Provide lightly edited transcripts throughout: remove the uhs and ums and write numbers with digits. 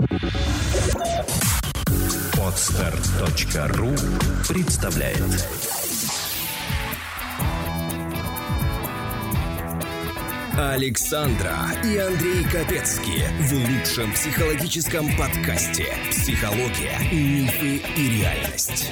Podster.ru представляет. Александра и Андрей Капецки в лучшем психологическом подкасте «Психология, мифы и реальность».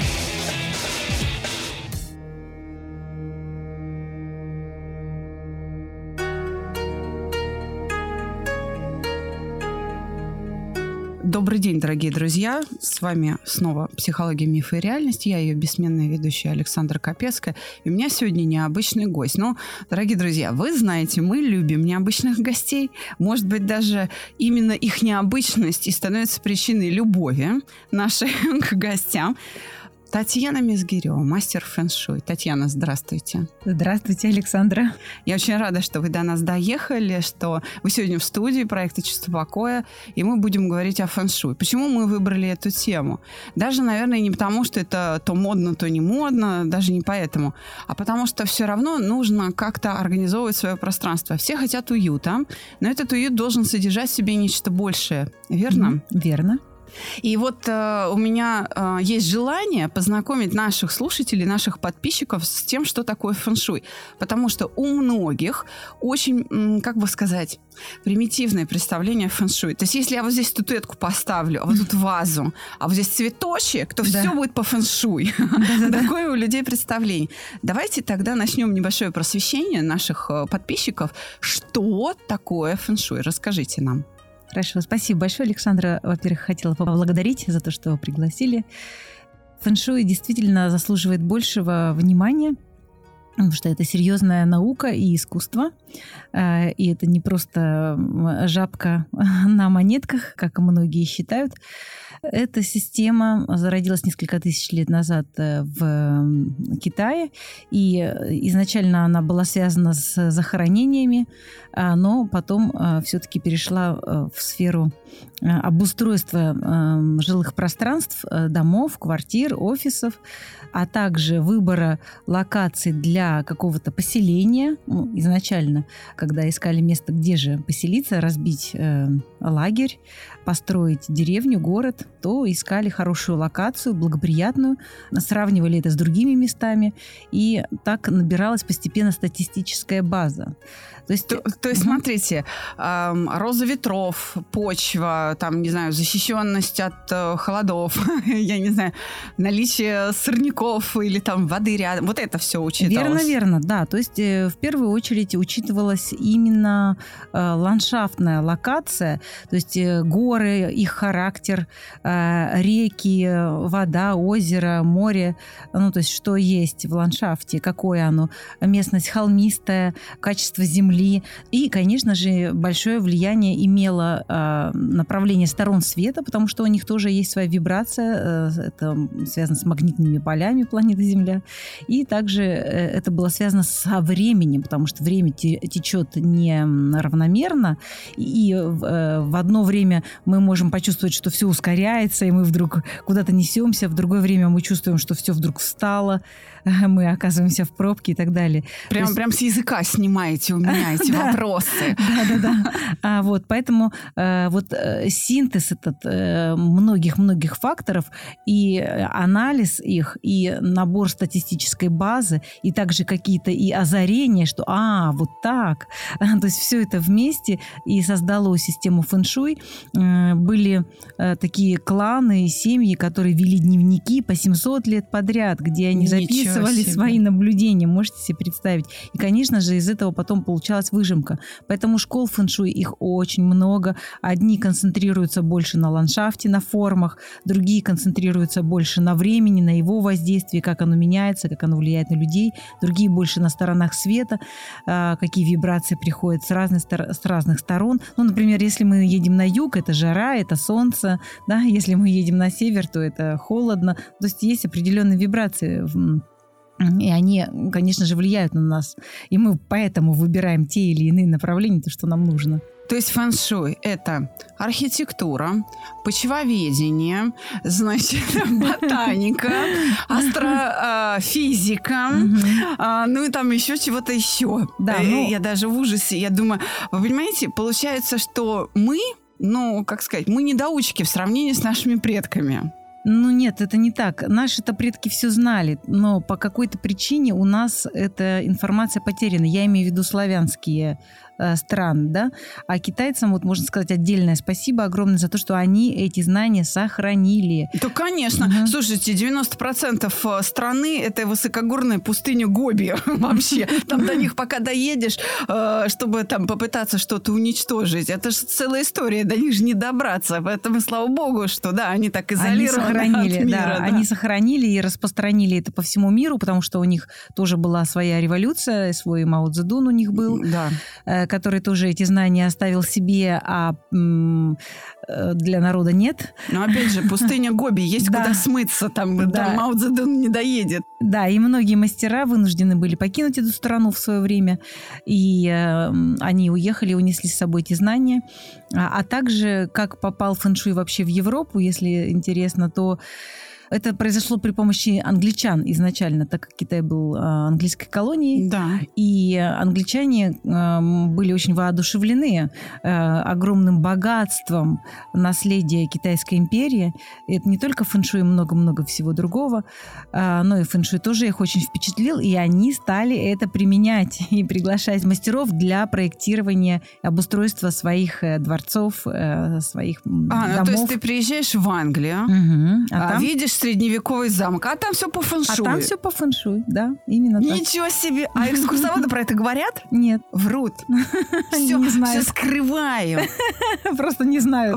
Добрый день, дорогие друзья. С вами снова «Психология, мифы и реальность». Я ее бессменная ведущая Александра Капецкая. И у меня сегодня необычный гость. Но, дорогие друзья, вы знаете, мы любим необычных гостей. Может быть, даже именно их необычность и становится причиной любови нашей к гостям. Татьяна Мезгирева, мастер фэн-шуй. Татьяна, здравствуйте. Здравствуйте, Александра. Я очень рада, что вы до нас доехали, что вы сегодня в студии проекта «Чувство покоя», и мы будем говорить о фэн-шуй. Почему мы выбрали эту тему? Даже, наверное, не потому, что это то модно, то не модно, даже не поэтому, а потому что все равно нужно как-то организовывать свое пространство. Все хотят уюта, но этот уют должен содержать в себе нечто большее. Верно? Верно. И вот у меня есть желание познакомить наших слушателей, наших подписчиков с тем, что такое фэн-шуй. Потому что у многих очень, как бы сказать, примитивное представление о фэн-шуй. То есть если я вот здесь статуэтку поставлю, а вот тут вазу, а вот здесь цветочек, то все будет по фэн-шуй. Такое у людей представление. Давайте тогда начнем небольшое просвещение наших подписчиков. Что такое фэн-шуй? Расскажите нам. Хорошо, спасибо большое, Александра. Во-первых, хотела поблагодарить за то, что вы пригласили. Фэн-шуй действительно заслуживает большего внимания, потому что это серьезная наука и искусство. И это не просто жабка на монетках, как многие считают. Эта система зародилась несколько тысяч лет назад в Китае, и изначально она была связана с захоронениями, но потом все-таки перешла в сферу обустройства жилых пространств, домов, квартир, офисов, а также выбора локаций для какого-то поселения. Изначально, когда искали место, где же поселиться, разбить лагерь, построить деревню, город, то искали хорошую локацию, благоприятную, сравнивали это с другими местами, и так набиралась постепенно статистическая база. То есть смотрите, роза ветров, почва, там, не знаю, защищенность от холодов, я не знаю, наличие сорняков или там воды рядом, вот это все учитывалось. Верно, да. То есть в первую очередь учитывалась именно ландшафтная локация, то есть горы, их характер, реки, вода, озеро, море, ну, то есть что есть в ландшафте, какое оно, местность холмистая, качество земли. И, конечно же, большое влияние имело направление сторон света, потому что у них тоже есть своя вибрация, это связано с магнитными полями планеты Земля. И также это было связано со временем, потому что время течет неравномерно, и в одно время мы можем почувствовать, что все ускоряется, и мы вдруг куда-то несемся, в другое время мы чувствуем, что все вдруг встало, мы оказываемся в пробке и так далее. Прям с языка снимаете у меня эти вопросы. Да. Вот, поэтому синтез этот многих-многих факторов и анализ их, и набор статистической базы, и также какие-то и озарения, что вот так. То есть все это вместе и создало систему фэн-шуй. Были такие кланы и семьи, которые вели дневники по 700 лет подряд, где они записывали свои наблюдения. Можете себе представить. И, конечно же, из этого потом получалась выжимка. Поэтому школ фэн-шуй их очень много. Одни концентрируются больше на ландшафте, на формах, другие концентрируются больше на времени, на его воздействии, как оно меняется, как оно влияет на людей. Другие больше на сторонах света, какие вибрации приходят с разных сторон. Ну, например, если мы едем на юг, это жара, это солнце. Да? Если мы едем на север, то это холодно. То есть есть определенные вибрации, и они, конечно же, влияют на нас. И мы поэтому выбираем те или иные направления, то, что нам нужно. То есть фэн-шуй – это архитектура, почвоведение, значит, ботаника, астрофизика, ну и там еще чего-то еще. Да, я даже в ужасе. Я думаю, вы понимаете, получается, что мы ну, как сказать, мы недоучки в сравнении с нашими предками. Ну нет, это не так. Наши-то предки все знали, но по какой-то причине у нас эта информация потеряна. Я имею в виду славянские стран, да? А китайцам, вот можно сказать, отдельное спасибо огромное за то, что они эти знания сохранили. Да, конечно. Слушайте, 90% страны — это высокогорная пустыня Гоби вообще. Там до них пока доедешь, чтобы там попытаться что-то уничтожить. Это же целая история, до них же не добраться. Поэтому, слава богу, что, да, они так изолированы от мира. Они сохранили и распространили это по всему миру, потому что у них тоже была своя революция, свой Мао Цзэдун у них был, который тоже эти знания оставил себе, а для народа нет. Но опять же, пустыня Гоби, есть куда смыться, там Мао Цзэдун не доедет. Да, и многие мастера вынуждены были покинуть эту страну в свое время, и они уехали, унесли с собой эти знания. А также, как попал фэн-шуй вообще в Европу, если интересно, то это произошло при помощи англичан изначально, так как Китай был английской колонией. Да. И англичане были очень воодушевлены огромным богатством наследия Китайской империи. И это не только фэн-шуй, много-много всего другого, но и фэн-шуй тоже их очень впечатлил, и они стали это применять и приглашать мастеров для проектирования обустройства своих дворцов, своих домов. Ну, то есть ты приезжаешь в Англию, там видишь средневековый замок, а там все по фэн-шуй. А там все по фэн-шуй, да, именно так. Ничего себе! А экскурсоводы про это говорят? Нет. Врут. Все скрываю. Просто не знают.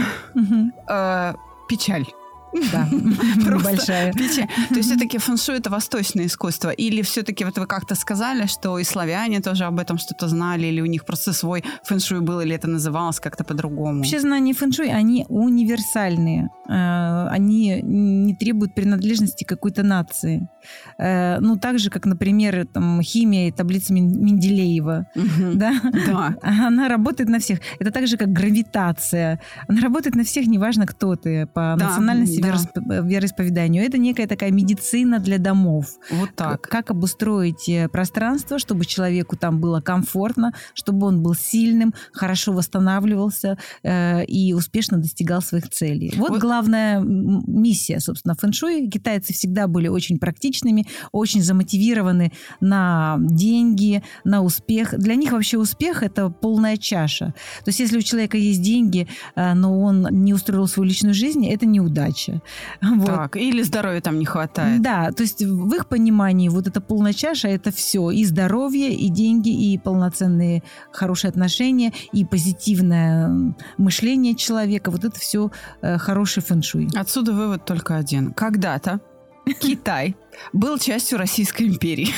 Печаль. Да, небольшая. То есть все-таки фэн-шуй — это восточное искусство? Или все-таки вот вы как-то сказали, что и славяне тоже об этом что-то знали, или у них просто свой фэн-шуй был, или это называлось как-то по-другому? Вообще знания фэн-шуй, они универсальные. Они не требуют принадлежности к какой-то нации. Ну, так же, как, например, там, химия и таблица Менделеева. Да? Она работает на всех. Это так же, как гравитация. Она работает на всех, неважно, кто ты, по национальности, вероисповеданию. Это некая такая медицина для домов. Вот так. Как обустроить пространство, чтобы человеку там было комфортно, чтобы он был сильным, хорошо восстанавливался и успешно достигал своих целей. Вот главная миссия, собственно, фэн-шуй. Китайцы всегда были очень практичными, очень замотивированы на деньги, на успех. Для них вообще успех — это полная чаша. То есть если у человека есть деньги, но он не устроил свою личную жизнь, это неудача. Так, или здоровья там не хватает. Да, то есть в их понимании вот эта полная чаша — это все. И здоровье, и деньги, и полноценные хорошие отношения, и позитивное мышление человека. Вот это все хороший фэн-шуй. Отсюда вывод только один. Когда-то Китай был частью Российской империи.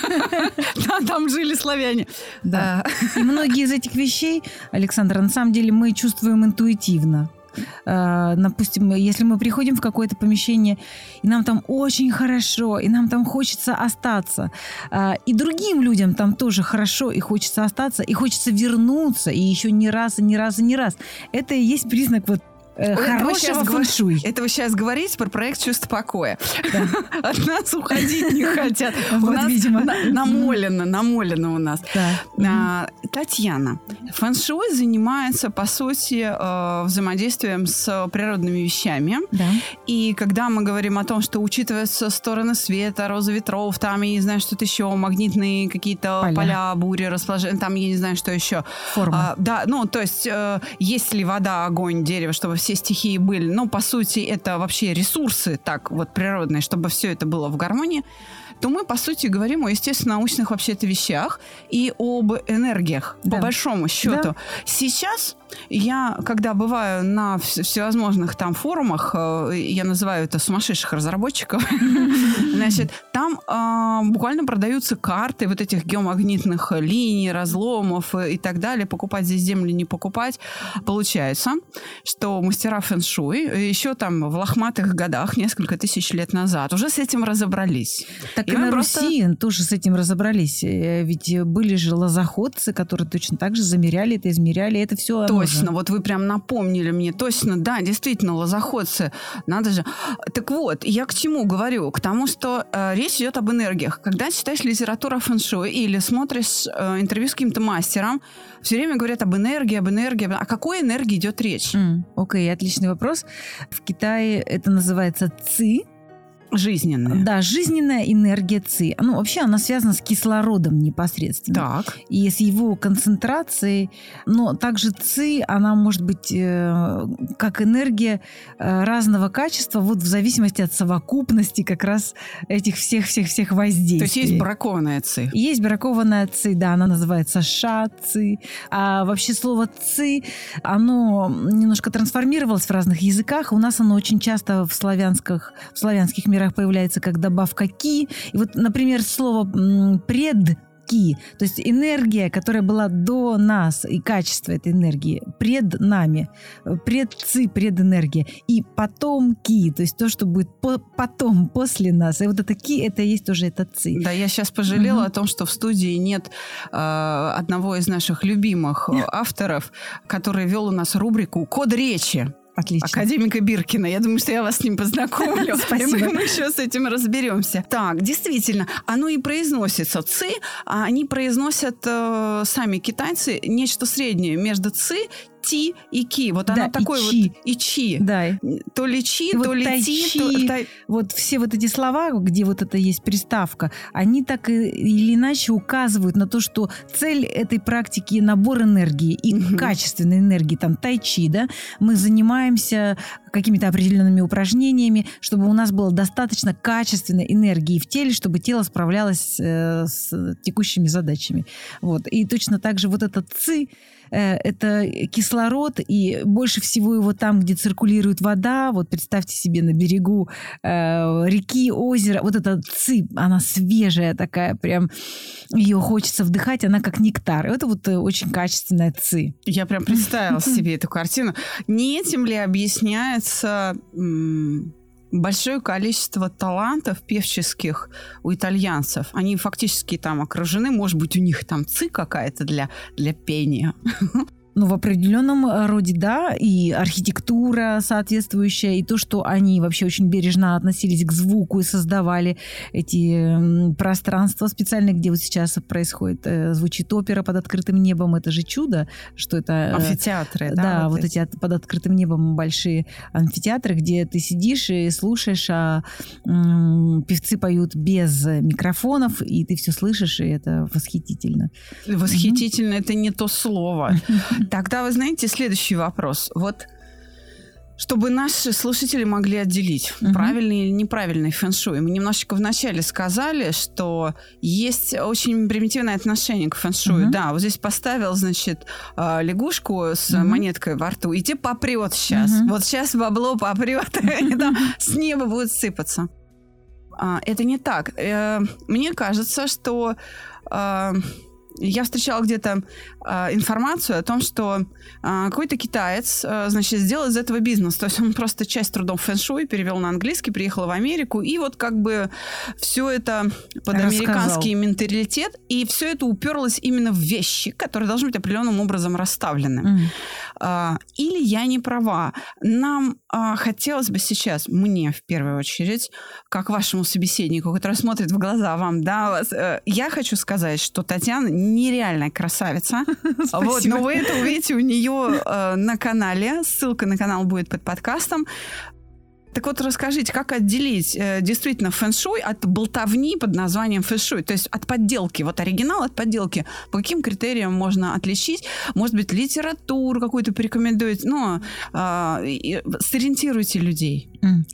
Там жили славяне. Да. И многие из этих вещей, Александра, на самом деле мы чувствуем интуитивно. Допустим, если мы приходим в какое-то помещение, и нам там очень хорошо, и нам там хочется остаться, и другим людям там тоже хорошо, и хочется остаться, и хочется вернуться, и еще не раз, и не раз, и не раз. Это и есть признак вот хорошего фэн-шуй. Это вы сейчас говорите про проект «Чувство покоя». Да. От нас уходить не хотят. У нас, видимо, намолено у нас. Да. Татьяна, фэн-шуй занимается, по сути, взаимодействием с природными вещами. Да. И когда мы говорим о том, что учитываются стороны света, розы ветров, там, я не знаю, что-то еще, магнитные какие-то поля бури, расположения, там, я не знаю, что еще. Форма. Да, ну, то есть, есть ли вода, огонь, дерево, чтобы все стихии были. Ну, по сути, это вообще ресурсы так вот природные, чтобы все это было в гармонии. То мы, по сути, говорим о естественно-научных вообще-то вещах и об энергиях, по большому счету. Да. Сейчас я, когда бываю на всевозможных там форумах, я называю это сумасшедших разработчиков, значит, там буквально продаются карты вот этих геомагнитных линий, разломов и так далее. Покупать здесь землю, не покупать. Получается, что мастера фэн-шуй еще там в лохматых годах, несколько тысяч лет назад, уже с этим разобрались. Так и на Руси тоже с этим разобрались. Ведь были же лозоходцы, которые точно так же замеряли это, измеряли. Это все Точно, вот вы прям напомнили мне. Точно, да, действительно, лозоходцы. Надо же. Так вот, я к чему говорю? К тому, что речь идет об энергиях. Когда читаешь литературу о фэн-шуй или смотришь интервью с каким-то мастером, все время говорят об энергии, об энергии. О какой энергии идет речь? Окей, отличный вопрос. В Китае это называется ци. Жизненная. Да, жизненная энергия ци. Ну, вообще она связана с кислородом непосредственно. Так. И с его концентрацией. Но также ци, она может быть как энергия разного качества, вот в зависимости от совокупности как раз этих всех воздействий. То есть есть бракованная ци? Есть бракованная ци, да, она называется ша-ци. А вообще слово ци, оно немножко трансформировалось в разных языках. У нас оно очень часто в славянских мирах появляется как добавка ки. И вот, например, слово предки, то есть энергия, которая была до нас, и качество этой энергии пред нами, предци, предэнергия, и потом ки, то есть то, что будет потом, после нас. И вот это ки, это и есть тоже это ци. Да, я сейчас пожалела о том, что в студии нет одного из наших любимых авторов, который вел у нас рубрику «Код речи». Отлично. Академика Биркина. Я думаю, что я вас с ним познакомлю. Спасибо. Мы еще с этим разберемся. Так, действительно, оно и произносится ци, а они произносят сами китайцы нечто среднее между ци, ти и ки. Вот оно такое вот. И чи. Да. То ли чи, и то вот ли ти. Вот все вот эти слова, где вот это есть приставка, они так или иначе указывают на то, что цель этой практики — набор энергии и качественной энергии. Там тай-чи, да? Мы занимаемся какими-то определенными упражнениями, чтобы у нас было достаточно качественной энергии в теле, чтобы тело справлялось с текущими задачами. Вот. И точно так же вот этот ци, это кислород, и больше всего его там, где циркулирует вода. Вот представьте себе на берегу реки, озера. Вот эта ци, она свежая такая, прям ее хочется вдыхать, она как нектар. Это вот очень качественная ци. Я прям представила себе эту картину. Не этим ли объясняется большое количество талантов певческих у итальянцев? Они фактически там окружены, может быть, у них там ци какая-то для пения. Ну, в определенном роде, да, и архитектура соответствующая, и то, что они вообще очень бережно относились к звуку и создавали эти пространства специальные, где вот сейчас происходит, звучит опера под открытым небом, это же чудо, что это... Амфитеатры, да? Да, вот эти под открытым небом большие амфитеатры, где ты сидишь и слушаешь, а певцы поют без микрофонов, и ты все слышишь, и это восхитительно. Восхитительно, это не то слово. Тогда, вы знаете, следующий вопрос. Вот, чтобы наши слушатели могли отделить правильный или неправильный фэн-шуй. Мы немножечко вначале сказали, что есть очень примитивное отношение к фэн-шую. Да, вот здесь поставил, значит, лягушку с монеткой во рту, и тебе попрет сейчас. Вот сейчас бабло попрет, и там с неба будет сыпаться. Это не так. Мне кажется, что... Я встречала где-то информацию о том, что какой-то китаец, значит, сделал из этого бизнес. То есть он просто часть трудов фэн-шуй перевел на английский, приехал в Америку, и вот как бы все это под американский менталитет, и все это уперлось именно в вещи, которые должны быть определенным образом расставлены. Или я не права. Нам хотелось бы сейчас, мне в первую очередь, как вашему собеседнику, который смотрит в глаза вам, да, я хочу сказать, что Татьяна нереальная красавица. Вот, но вы это увидите у нее на канале. Ссылка на канал будет под подкастом. Так вот, расскажите, как отделить действительно фэн-шуй от болтовни под названием фэн-шуй? То есть от подделки. Вот оригинал от подделки. По каким критериям можно отличить? Может быть, литературу какую-то порекомендуете? Ну, сориентируйте людей.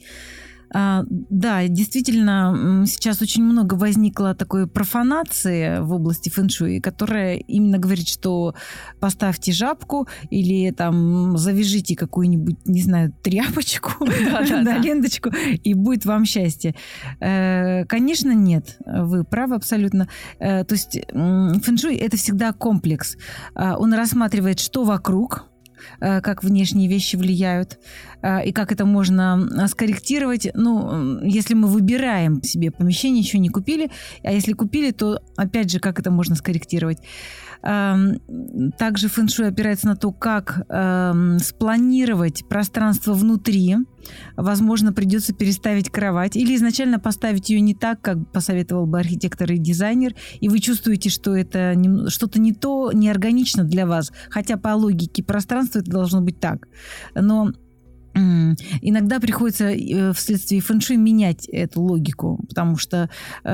Да, действительно, сейчас очень много возникло такой профанации в области фэн-шуй, которая именно говорит, что поставьте жабку или там завяжите какую-нибудь, не знаю, тряпочку, ленточку, и будет вам счастье. Конечно, нет. Вы правы абсолютно. То есть фэн-шуй — это всегда комплекс. Он рассматривает, что вокруг, как внешние вещи влияют, и как это можно скорректировать. Ну, если мы выбираем себе помещение, еще не купили, а если купили, то, опять же, как это можно скорректировать. Также фэн-шуй опирается на то, как спланировать пространство внутри. Возможно, придется переставить кровать или изначально поставить ее не так, как посоветовал бы архитектор и дизайнер, и вы чувствуете, что это что-то не то, неорганично для вас, хотя по логике пространства это должно быть так. Но иногда приходится вследствие фэн-шуй менять эту логику, потому что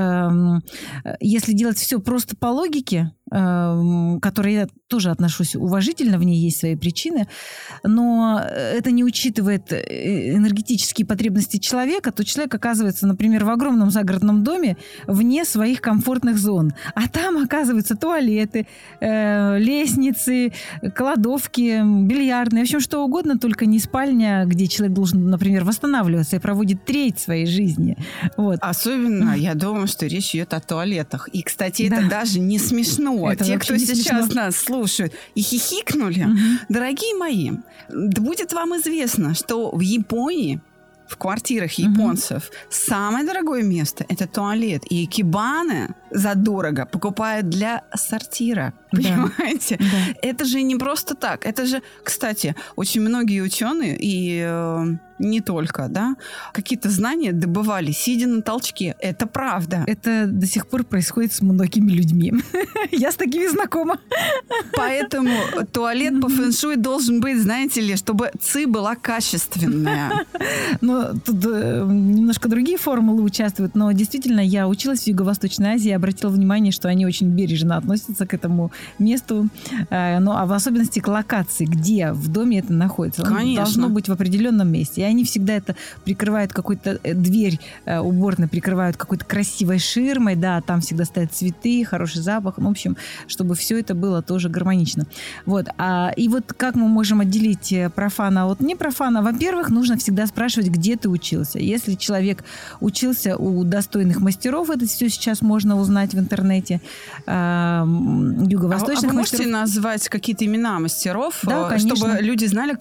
если делать все просто по логике, к которой я тоже отношусь уважительно, в ней есть свои причины, но это не учитывает энергетические потребности человека, то человек оказывается, например, в огромном загородном доме вне своих комфортных зон. А там оказываются туалеты, лестницы, кладовки, бильярдные, в общем, что угодно, только не спальня, где человек должен, например, восстанавливаться и проводит треть своей жизни. Вот. Особенно, я думаю, что речь идет о туалетах. И, кстати, это даже не смешно. Это те, кто сейчас смешно. Нас слушают и хихикнули, дорогие мои, да будет вам известно, что в Японии, в квартирах японцев, самое дорогое место – это туалет. И икебаны задорого покупают для сортира. Понимаете? Да. Это же не просто так. Это же, кстати, очень многие ученые и не только, да, какие-то знания добывали, сидя на толчке. Это правда. Это до сих пор происходит с многими людьми. Я с такими знакома. Поэтому туалет по фэн-шуй должен быть, знаете ли, чтобы ци была качественная. Но тут немножко другие формулы участвуют. Но действительно, я училась в Юго-Восточной Азии и обратила внимание, что они очень бережно относятся к этому месту. Ну, а в особенности к локации, где в доме это находится. Конечно. Должно быть в определенном месте. И они всегда это прикрывают какой-то дверь уборной, прикрывают какой-то красивой ширмой, да, там всегда стоят цветы, хороший запах, в общем, чтобы все это было тоже гармонично. Вот. И вот как мы можем отделить профана от непрофана? Во-первых, нужно всегда спрашивать, где ты учился. Если человек учился у достойных мастеров, это все сейчас можно узнать в интернете, юго-восточных вы мастеров. можете назвать какие-то имена мастеров, Да, чтобы люди знали,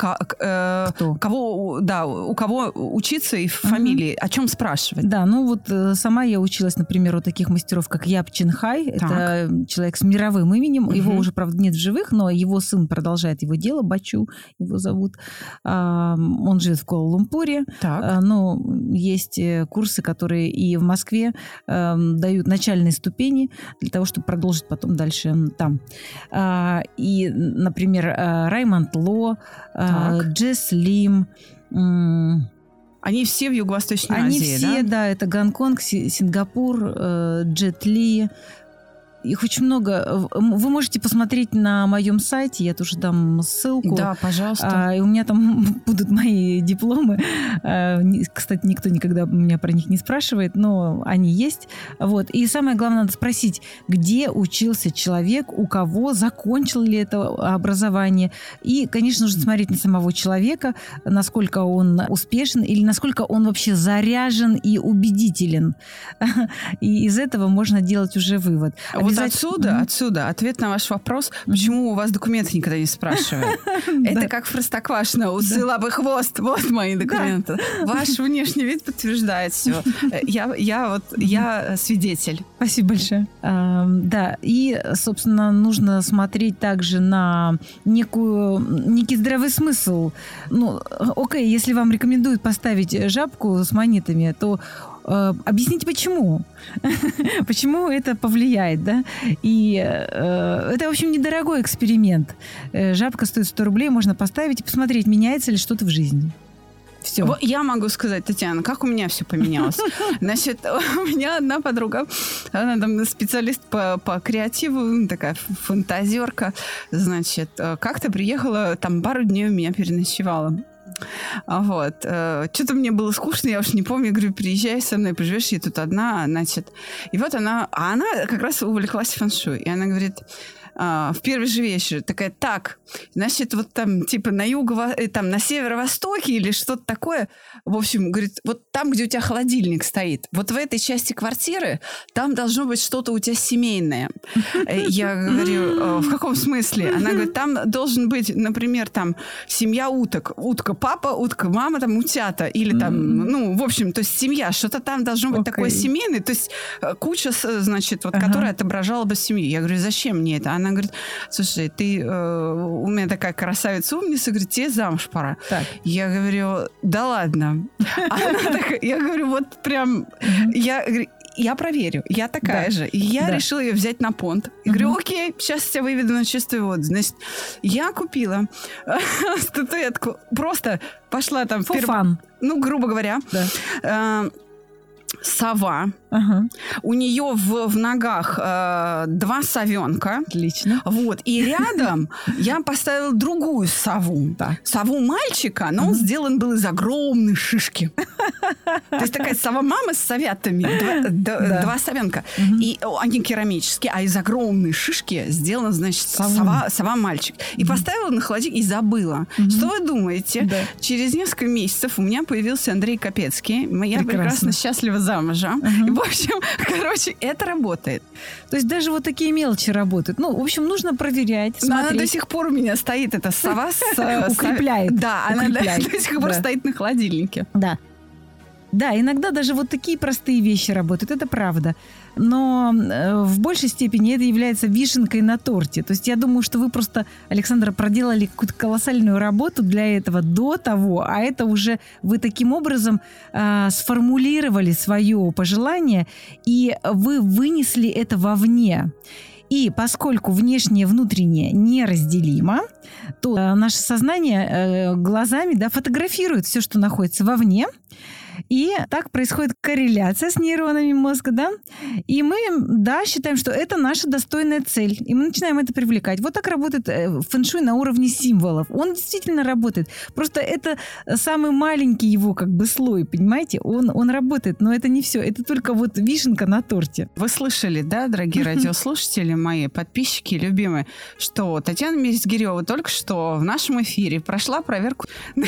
у кого учиться и фамилии, о чем спрашивать? Да, ну вот сама я училась, например, у таких мастеров, как Яп Чин Хай. Это человек с мировым именем. Его уже, правда, нет в живых, но его сын продолжает его дело. Бачу его зовут. Он живет в Куала-Лумпуре. Но есть курсы, которые и в Москве дают начальные ступени для того, чтобы продолжить потом дальше там. И, например, Раймонд Ло, Джесс Лим. Они все в Юго-Восточной Азии, Они все, да, это Гонконг, Сингапур, Джет Ли. Их очень много. Вы можете посмотреть на моем сайте, я тоже дам ссылку. Да, пожалуйста. И у меня там будут мои дипломы. Кстати, никто никогда меня про них не спрашивает, но они есть. Вот. И самое главное, надо спросить, где учился человек, у кого, закончил ли это образование. И, конечно, нужно смотреть на самого человека, насколько он успешен или насколько он вообще заряжен и убедителен. И из этого можно делать уже вывод. Вот отсюда ответ на ваш вопрос, почему у вас документы никогда не спрашивают. Это как в Простоквашино, усы, лапы, хвост. Вот мои документы. Ваш внешний вид подтверждает все. Я свидетель. Спасибо большое. Да, и, собственно, нужно смотреть также на некий здравый смысл. Ну, окей, если вам рекомендуют поставить жабку с монетами, то объясните, почему. Почему это повлияет, да? И это, в общем, недорогой эксперимент. Жабка стоит 100 рублей, можно поставить и посмотреть, меняется ли что-то в жизни. Все. Я могу сказать, Татьяна, как у меня все поменялось. Значит, у меня одна подруга, она там специалист по креативу, такая фантазерка. Значит, как-то приехала, там пару дней у меня переночевала. Вот. Что-то мне было скучно, я уж не помню. Я говорю, приезжай со мной, поживешь, я тут одна, значит. И вот она как раз увлеклась фэн-шуй. И она говорит, в первый же вечер такая, так, значит, вот там типа на на северо-востоке или что-то такое. В общем, говорит, вот там, где у тебя холодильник стоит, вот в этой части квартиры, там должно быть что-то у тебя семейное. Я говорю, в каком смысле? Она говорит, там должен быть, например, там семья уток. Утка папа, утка мама, там утята. Или там, ну, в общем, то есть семья. Что-то там должно быть такое семейное. То есть куча, значит, вот, которая отображала бы семью. Я говорю, зачем мне это? Она говорит, слушай, ты у меня такая красавица-умница, говорит, тебе замуж пора. Так. Я говорю, да ладно. Я говорю, вот прям, я проверю, я такая же. И я решила ее взять на понт. И говорю, окей, сейчас я тебя выведу на чистую воду. Значит, я купила статуэтку, просто пошла там... Ну, грубо говоря. Сова. У нее в ногах 2 совенка. Отлично. Вот. И рядом я поставила другую сову. Сову мальчика, но он сделан был из огромной шишки. То есть такая сова-мама с совятами. 2 совенка. И они керамические, а из огромной шишки сделана, значит, сова-мальчик. И поставила на холодильник и забыла. Что вы думаете? Через несколько месяцев у меня появился Андрей Капецкий. Я прекрасно счастлива замужем. И, в общем, короче, это работает. То есть даже вот такие мелочи работают. Ну, в общем, нужно проверять, смотреть. Она до сих пор у меня стоит, эта сова. Укрепляет. Да, она до сих пор стоит на холодильнике. Да, иногда даже вот такие простые вещи работают, это правда. Но в большей степени это является вишенкой на торте. То есть я думаю, что вы просто, Александра, проделали какую-то колоссальную работу для этого до того, а это уже вы таким образом сформулировали свое пожелание, и вы вынесли это вовне. И поскольку внешнее и внутреннее неразделимо, то наше сознание глазами фотографирует все, что находится вовне. И так происходит корреляция с нейронами мозга, да? И мы, считаем, что это наша достойная цель. И мы начинаем это привлекать. Вот так работает фэн-шуй на уровне символов. Он действительно работает. Просто это самый маленький его слой, понимаете? Он работает, но это не все. Это только вот вишенка на торте. Вы слышали, да, дорогие радиослушатели, мои подписчики, любимые, что Татьяна Мезгирева только что в нашем эфире прошла проверку.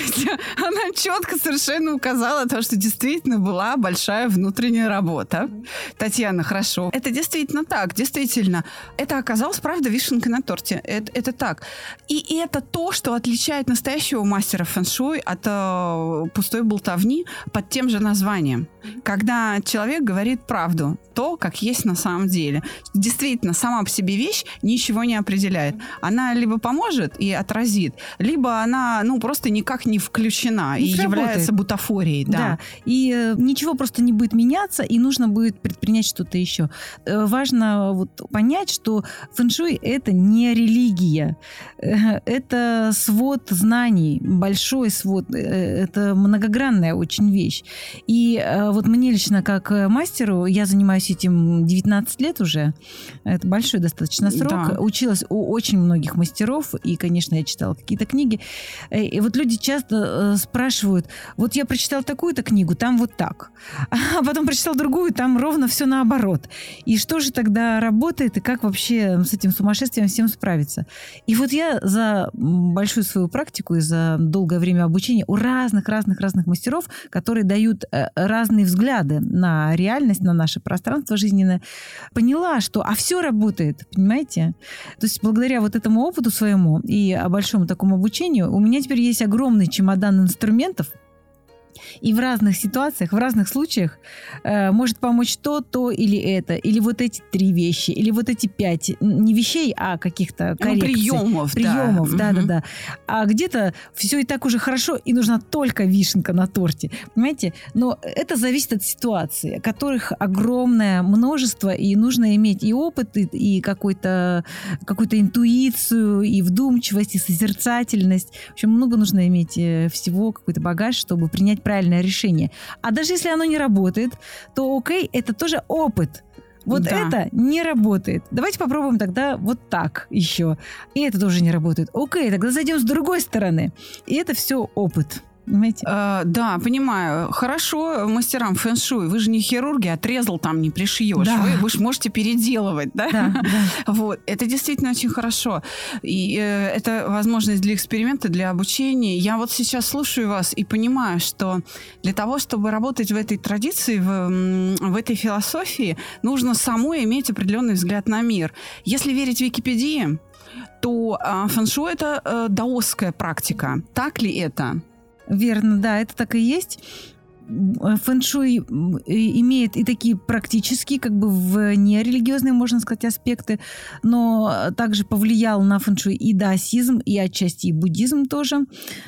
Она четко совершенно указала то, что действительно была большая внутренняя работа. Татьяна, хорошо. Это действительно так, действительно. Это оказалось, правда, вишенкой на торте. Это так. И это то, что отличает настоящего мастера фэн-шуй от пустой болтовни под тем же названием. Когда человек говорит правду, то, как есть на самом деле. Действительно, сама по себе вещь ничего не определяет. Она либо поможет и отразит, либо она, просто никак не включена и является бутафорией. Да. И ничего просто не будет меняться, и нужно будет предпринять что-то еще. Важно понять, что фэн-шуй — это не религия. Это свод знаний, большой свод. Это многогранная очень вещь. И мне лично, как мастеру, я занимаюсь этим 19 лет уже. Это большой достаточно срок. Да. Училась у очень многих мастеров, и, конечно, я читала какие-то книги. И люди часто спрашивают, я прочитала такую-то книгу, там вот так. А потом прочитал другую, там ровно все наоборот. И что же тогда работает, и как вообще с этим сумасшествием всем справиться? И я за большую свою практику и за долгое время обучения у разных мастеров, которые дают разные взгляды на реальность, на наше пространство жизненное, поняла, что все работает, понимаете? То есть благодаря этому опыту своему и большому такому обучению у меня теперь есть огромный чемодан инструментов, и в разных ситуациях, в разных случаях может помочь то или это, или эти 3 вещи, или эти 5, не вещей, а каких-то коррекций. Приемов, да. А где-то все и так уже хорошо, и нужна только вишенка на торте, понимаете? Но это зависит от ситуации, которых огромное множество, и нужно иметь и опыт, и какую-то интуицию, и вдумчивость, и созерцательность. В общем, много нужно иметь всего, какой-то багаж, чтобы принять правильное решение. А даже если оно не работает, то окей, это тоже опыт. Это не работает. Давайте попробуем тогда так еще. И это тоже не работает. Окей, тогда зайдем с другой стороны. И это все опыт. Понимаете? Да, понимаю. Хорошо, мастерам фэн-шуй. Вы же не хирурги, отрезал там не пришьешь. Да. Вы же можете переделывать, да? Да. Это действительно очень хорошо. И это возможность для эксперимента, для обучения. Я сейчас слушаю вас и понимаю, что для того, чтобы работать в этой традиции, в этой философии, нужно самой иметь определенный взгляд на мир. Если верить Википедии, то фэн-шуй — это даосская практика. Так ли это? Верно, да, это так и есть. фэн-шуй имеет и такие практические, как бы внерелигиозные, можно сказать, аспекты, но также повлиял на фэн-шуй и даосизм, и отчасти и буддизм тоже.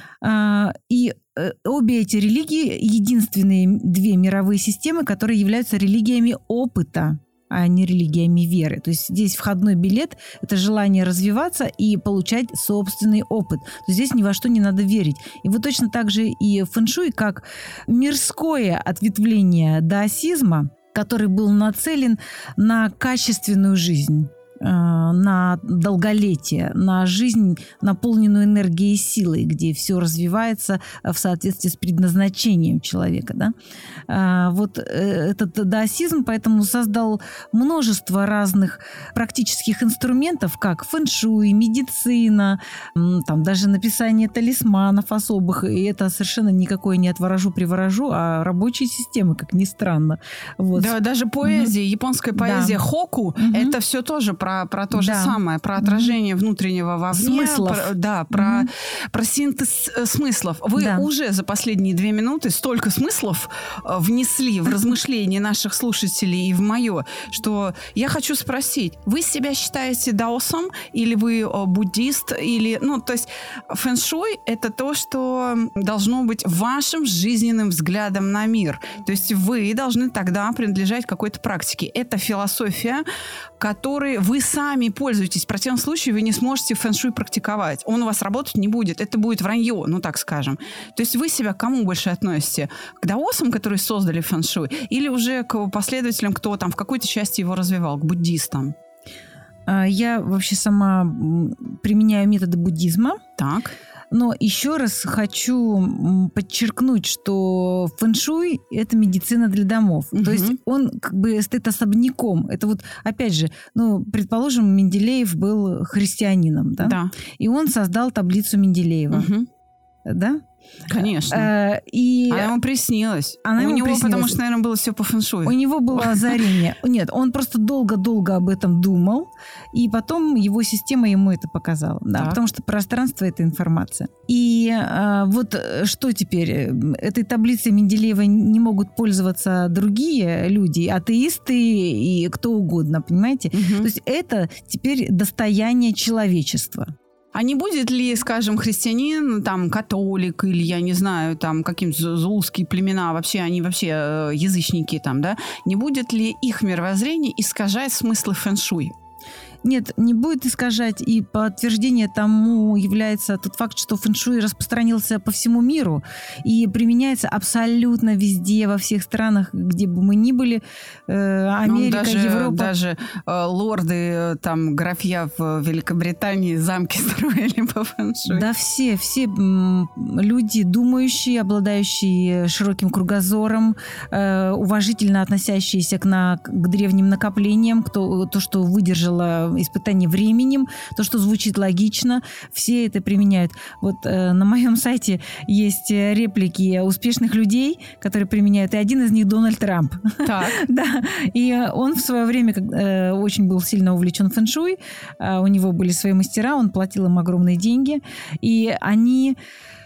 И обе эти религии — единственные две мировые системы, которые являются религиями опыта, а не религиями веры. То есть здесь входной билет – это желание развиваться и получать собственный опыт. То есть здесь ни во что не надо верить. И вот точно так же и фэн-шуй, как мирское ответвление даосизма, который был нацелен на качественную жизнь, на долголетие, на жизнь, наполненную энергией и силой, где все развивается в соответствии с предназначением человека. Да? Вот этот даосизм поэтому создал множество разных практических инструментов, как фэн-шуй, медицина, там даже написание талисманов особых, и это совершенно никакое не отворожу-приворожу, а рабочие системы, как ни странно. Вот. Да, даже поэзия, японская поэзия хоку, это все тоже про то же самое, про отражение внутреннего вовне. Смыслов. Про синтез смыслов. Вы уже за последние 2 минуты столько смыслов внесли в размышления наших слушателей и в мое, что я хочу спросить, вы себя считаете даосом или вы буддист? Или, то есть фэн-шуй – это то, что должно быть вашим жизненным взглядом на мир. То есть вы должны тогда принадлежать какой-то практике. Это философия, которой вы сами пользуетесь. В противном случае вы не сможете фэн-шуй практиковать. Он у вас работать не будет. Это будет вранье, так скажем. То есть вы себя к кому больше относите? К даосам, которые создали фэн-шуй? Или уже к последователям, кто там в какой-то части его развивал, к буддистам? Я вообще сама применяю методы буддизма. Так. Но еще раз хочу подчеркнуть, что фэн-шуй – это медицина для домов. То есть он как бы стоит особняком. Это вот, опять же, предположим, Менделеев был христианином, да? И он создал таблицу Менделеева. Да? Конечно. Она ему приснилась. Потому что, наверное, было все по фэн-шую. У него было озарение. Нет, он просто долго-долго об этом думал, и потом его система ему это показала. Да, потому что пространство – это информация. И вот что теперь? Этой таблицей Менделеева не могут пользоваться другие люди, атеисты и кто угодно, понимаете? То есть это теперь достояние человечества. А не будет ли, скажем, христианин, католик или, я не знаю, какие-то зулузские племена, они вообще язычники да? Не будет ли их мировоззрение искажать смыслы фэн-шуй? Нет, не будет искажать. И подтверждение тому является тот факт, что фэн-шуй распространился по всему миру и применяется абсолютно везде, во всех странах, где бы мы ни были. Америка, Европа. Даже лорды, графья в Великобритании замки строили по фэн-шуй. Да, все люди, думающие, обладающие широким кругозором, уважительно относящиеся к древним накоплениям, то, что выдержало испытание временем, то, что звучит логично, все это применяют. Вот на моем сайте есть реплики успешных людей, которые применяют, и один из них Дональд Трамп. Так. Да. И он в свое время очень был сильно увлечен фэн-шуй, у него были свои мастера, он платил им огромные деньги, и они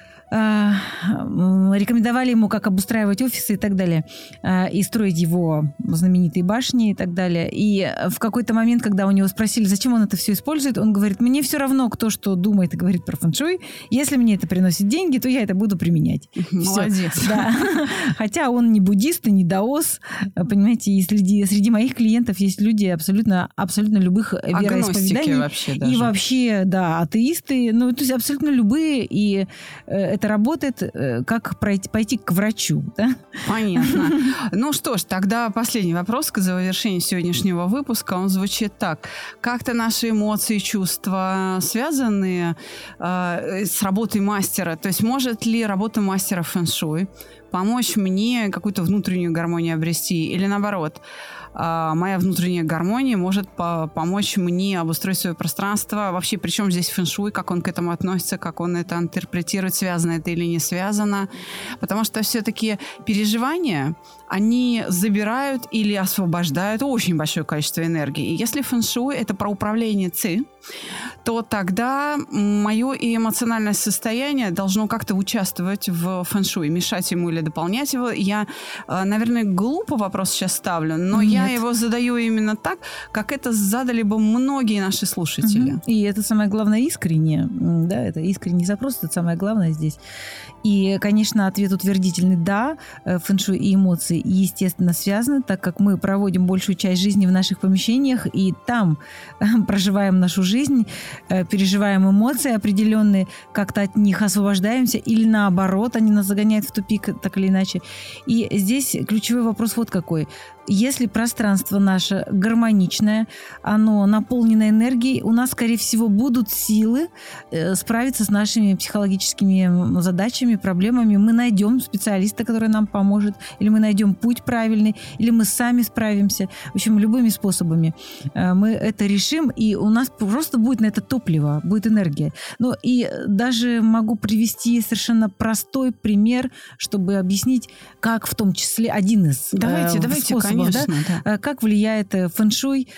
рекомендовали ему, как обустраивать офисы и так далее, и строить его знаменитые башни и так далее. И в какой-то момент, когда у него спросили, зачем он это все использует, он говорит, мне все равно, кто что думает и говорит про фэн-шуй, если мне это приносит деньги, то я это буду применять. Молодец. Да. Хотя он не буддист и не даос, понимаете, и среди моих клиентов есть люди абсолютно любых вероисповеданий. Вообще даже. И вообще, да, атеисты, то есть абсолютно любые, и это работает как пойти к врачу, да? Понятно. Ну что ж, тогда последний вопрос к завершению сегодняшнего выпуска. Он звучит так. Как-то наши эмоции, чувства связаны с работой мастера? То есть может ли работа мастера фэн-шуй помочь мне какую-то внутреннюю гармонию обрести? Или наоборот, моя внутренняя гармония может помочь мне обустроить свое пространство? Вообще, причем здесь фэн-шуй, как он к этому относится, как он это интерпретирует, связано это или не связано? Потому что все-таки переживания, они забирают или освобождают очень большое количество энергии. И если фэн-шуй – это про управление ци, то тогда мое и эмоциональное состояние должно как-то участвовать в фэн-шуй, мешать ему или дополнять его. Я, наверное, глупо вопрос сейчас ставлю, но Нет. я его задаю именно так, как это задали бы многие наши слушатели. И это самое главное искренне. Да, это искренний запрос, это самое главное здесь. И, конечно, ответ утвердительный «да». Фэн-шуй и эмоции, естественно, связаны, так как мы проводим большую часть жизни в наших помещениях, и там проживаем нашу жизнь, переживаем эмоции определенные, как-то от них освобождаемся, или наоборот, они нас загоняют в тупик, так или иначе. И здесь ключевой вопрос вот какой. Если пространство наше гармоничное, оно наполнено энергией, у нас, скорее всего, будут силы справиться с нашими психологическими задачами, проблемами. Мы найдем специалиста, который нам поможет, или мы найдем путь правильный, или мы сами справимся. В общем, любыми способами мы это решим, и у нас просто будет на это топливо, будет энергия. Ну и даже могу привести совершенно простой пример, чтобы объяснить, как в том числе один из способов. Конечно, да? Как влияет фэн-шуй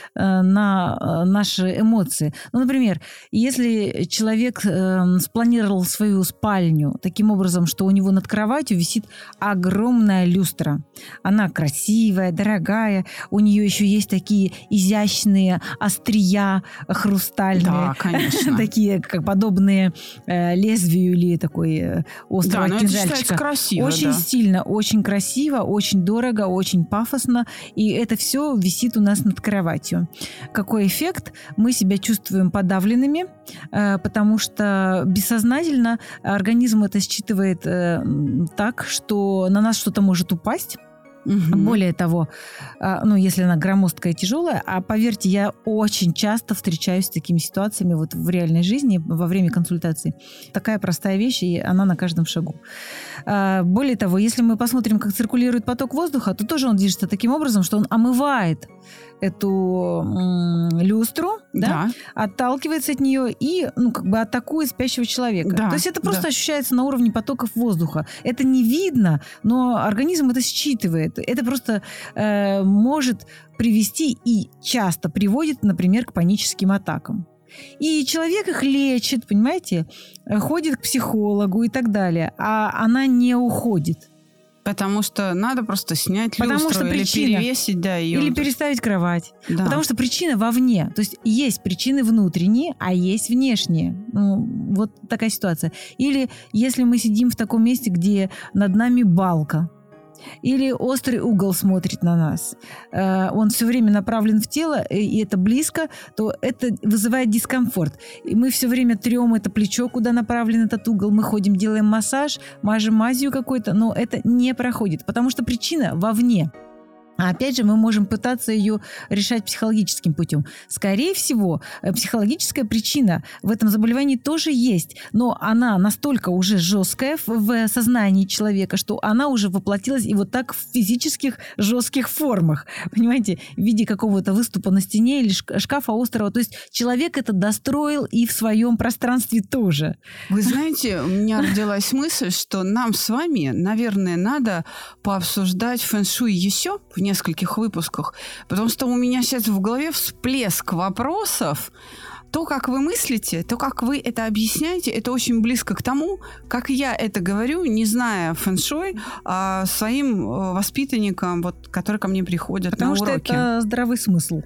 на наши эмоции. Ну, например, если человек спланировал свою спальню таким образом, что у него над кроватью висит огромная люстра. Она красивая, дорогая, у нее еще есть такие изящные острия хрустальные. Да, конечно. Такие, как подобные лезвию или такой острого кинжальчика. Да, но это считается красиво. Очень стильно, очень красиво, очень дорого, очень пафосно. И это все висит у нас над кроватью. Какой эффект? Мы себя чувствуем подавленными, потому что бессознательно организм это считывает так, что на нас что-то может упасть. Угу. Более того, если она громоздкая и тяжелая, а поверьте, я очень часто встречаюсь с такими ситуациями вот в реальной жизни во время консультации. Такая простая вещь, и она на каждом шагу. Более того, если мы посмотрим, как циркулирует поток воздуха, то тоже он движется таким образом, что он омывает эту люстру, да, отталкивается от нее и атакует спящего человека. Да, то есть это просто ощущается на уровне потоков воздуха. Это не видно, но организм это считывает. Это просто может привести и часто приводит, например, к паническим атакам. И человек их лечит, понимаете, ходит к психологу и так далее, а она не уходит. Потому что надо просто снять люстру или перевесить, ее. Или переставить кровать. Да. Потому что причина вовне. То есть есть причины внутренние, а есть внешние. Вот такая ситуация. Или если мы сидим в таком месте, где над нами балка, или острый угол смотрит на нас, он все время направлен в тело, и это близко, то это вызывает дискомфорт. И мы все время трем это плечо, куда направлен этот угол, мы ходим, делаем массаж, мажем мазью какой-то, но это не проходит, потому что причина вовне. А опять же, мы можем пытаться ее решать психологическим путем. Скорее всего, психологическая причина в этом заболевании тоже есть, но она настолько уже жесткая в сознании человека, что она уже воплотилась и вот так в физических жестких формах. Понимаете? В виде какого-то выступа на стене или шкафа острого. То есть человек это достроил и в своем пространстве тоже. Вы знаете, у меня родилась мысль, что нам с вами, наверное, надо пообсуждать фэн-шуй еще в нескольких выпусках, потому что у меня сейчас в голове всплеск вопросов. То, как вы мыслите, то, как вы это объясняете, это очень близко к тому, как я это говорю, не зная фэн-шуй, своим воспитанникам, которые ко мне приходят на уроки. Потому что это здравый смысл.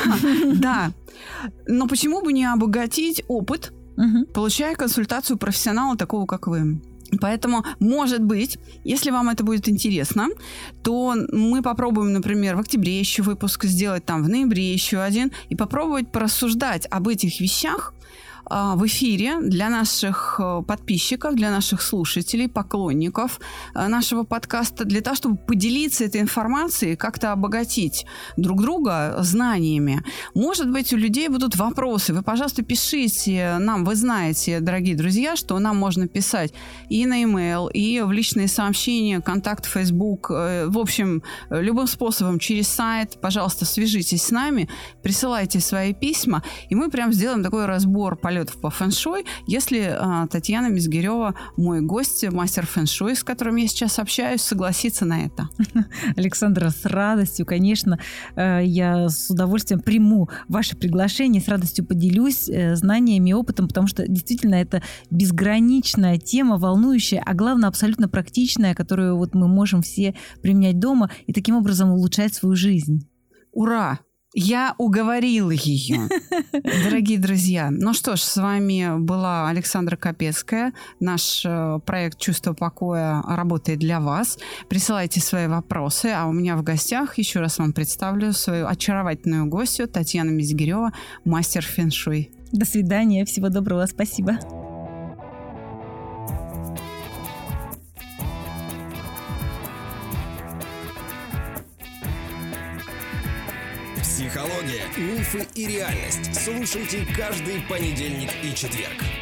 Да. Но почему бы не обогатить опыт, получая консультацию профессионала такого, как вы? Поэтому, может быть, если вам это будет интересно, то мы попробуем, например, в октябре еще выпуск сделать, в ноябре еще один, и попробовать порассуждать об этих вещах в эфире для наших подписчиков, для наших слушателей, поклонников нашего подкаста, для того, чтобы поделиться этой информацией, как-то обогатить друг друга знаниями. Может быть, у людей будут вопросы. Вы, пожалуйста, пишите нам. Вы знаете, дорогие друзья, что нам можно писать и на e-mail, и в личные сообщения, контакт в Facebook. В общем, любым способом через сайт. Пожалуйста, свяжитесь с нами, присылайте свои письма, и мы прям сделаем такой разбор полетов по фэн-шуй, если Татьяна Мизгирева, мой гость, мастер фэн-шуй, с которым я сейчас общаюсь, согласится на это. Александра, с радостью, конечно, я с удовольствием приму ваше приглашение, с радостью поделюсь знаниями и опытом, потому что действительно это безграничная тема, волнующая, а главное, абсолютно практичная, которую вот мы можем все применять дома и таким образом улучшать свою жизнь. Ура! Я уговорила ее. Дорогие друзья, ну что ж, с вами была Александра Капецкая. Наш проект «Чувство покоя» работает для вас. Присылайте свои вопросы. А у меня в гостях, еще раз вам представлю свою очаровательную гостью Татьяна Мизгирева, мастер фэн-шуй. До свидания. Всего доброго. Спасибо. Психология, мифы и реальность. Слушайте каждый понедельник и четверг.